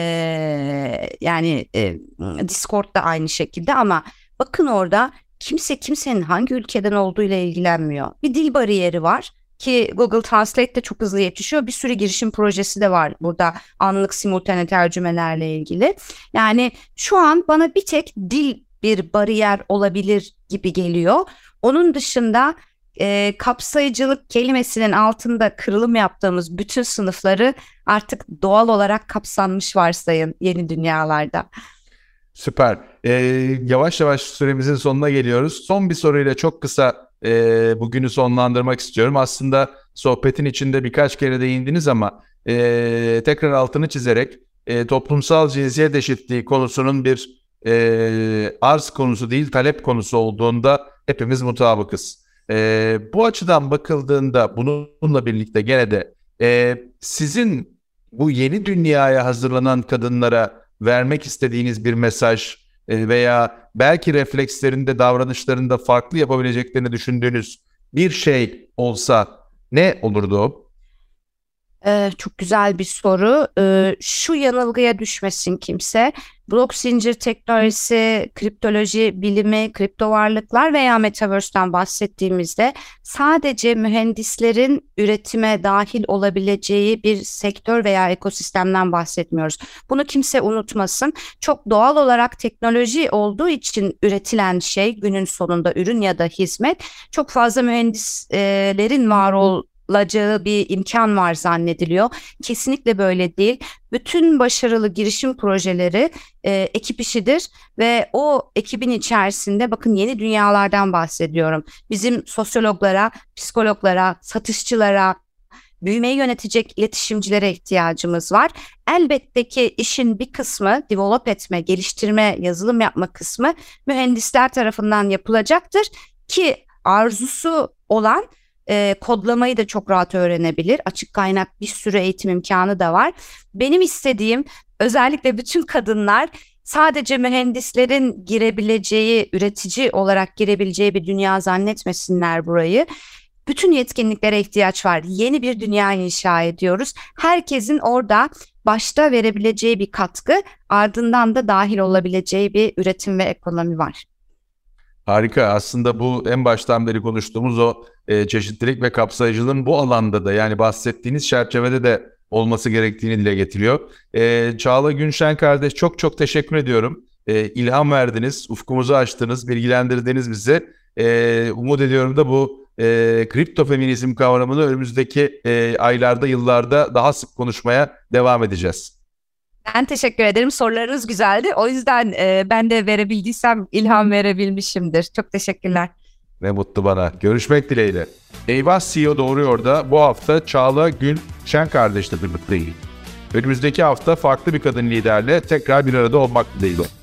Discord da aynı şekilde, ama bakın orada kimse kimsenin hangi ülkeden olduğuyla ilgilenmiyor. Bir dil bariyeri var ki Google Translate de çok hızlı yetişiyor. Bir sürü girişim projesi de var burada anlık simultane tercümelerle ilgili. Yani şu an bana bir tek dil bir bariyer olabilir gibi geliyor. Onun dışında kapsayıcılık kelimesinin altında kırılım yaptığımız bütün sınıfları artık doğal olarak kapsanmış varsayın yeni dünyalarda. Süper. Yavaş yavaş süremizin sonuna geliyoruz. Son bir soruyla çok kısa bugünü sonlandırmak istiyorum. Aslında sohbetin içinde birkaç kere değindiniz ama tekrar altını çizerek toplumsal cinsiyet eşitliği konusunun bir arz konusu değil, talep konusu olduğunda hepimiz mutabıkız. Bu açıdan bakıldığında bununla birlikte gene de sizin bu yeni dünyaya hazırlanan kadınlara vermek istediğiniz bir mesaj veya belki reflekslerinde, davranışlarında farklı yapabileceklerini düşündüğünüz bir şey olsa ne olurdu o? Çok güzel bir soru. Şu yanılgıya düşmesin kimse. Blok zincir teknolojisi, kriptoloji bilimi, kripto varlıklar veya metaverse'ten bahsettiğimizde sadece mühendislerin üretime dahil olabileceği bir sektör veya ekosistemden bahsetmiyoruz. Bunu kimse unutmasın. Çok doğal olarak teknoloji olduğu için üretilen şey, günün sonunda ürün ya da hizmet, çok fazla mühendislerin var olacağı bir imkan var zannediliyor. Kesinlikle böyle değil. Bütün başarılı girişim projeleri ekip işidir ve o ekibin içerisinde, bakın yeni dünyalardan bahsediyorum. Bizim sosyologlara, psikologlara, satışçılara, büyümeyi yönetecek iletişimcilere ihtiyacımız var. Elbette ki işin bir kısmı, develop etme, geliştirme, yazılım yapma kısmı mühendisler tarafından yapılacaktır ki arzusu olan kodlamayı da çok rahat öğrenebilir. Açık kaynak bir sürü eğitim imkanı da var. Benim istediğim, özellikle bütün kadınlar sadece mühendislerin girebileceği, üretici olarak girebileceği bir dünya zannetmesinler burayı. Bütün yetkinliklere ihtiyaç var. Yeni bir dünya inşa ediyoruz. Herkesin orada başta verebileceği bir katkı, ardından da dahil olabileceği bir üretim ve ekonomi var. Harika. Aslında bu en baştan beri konuştuğumuz o çeşitlilik ve kapsayıcılığın bu alanda da, yani bahsettiğiniz çerçevede de olması gerektiğini dile getiriyor. Çağla Günşen kardeş, çok çok teşekkür ediyorum. İlham verdiniz, ufkumuzu açtınız, bilgilendirdiniz bizi. Umut ediyorum da bu kripto feminizm kavramını önümüzdeki aylarda, yıllarda daha sık konuşmaya devam edeceğiz. Ben teşekkür ederim. Sorularınız güzeldi. O yüzden ben de verebildiysem ilham verebilmişimdir. Çok teşekkürler. Ne mutlu bana. Görüşmek dileğiyle. Eyvah CEO Doğruyor da bu hafta Çağla Günşen kardeşle birlikteyim. Önümüzdeki hafta farklı bir kadın liderle tekrar bir arada olmak dileğiyle.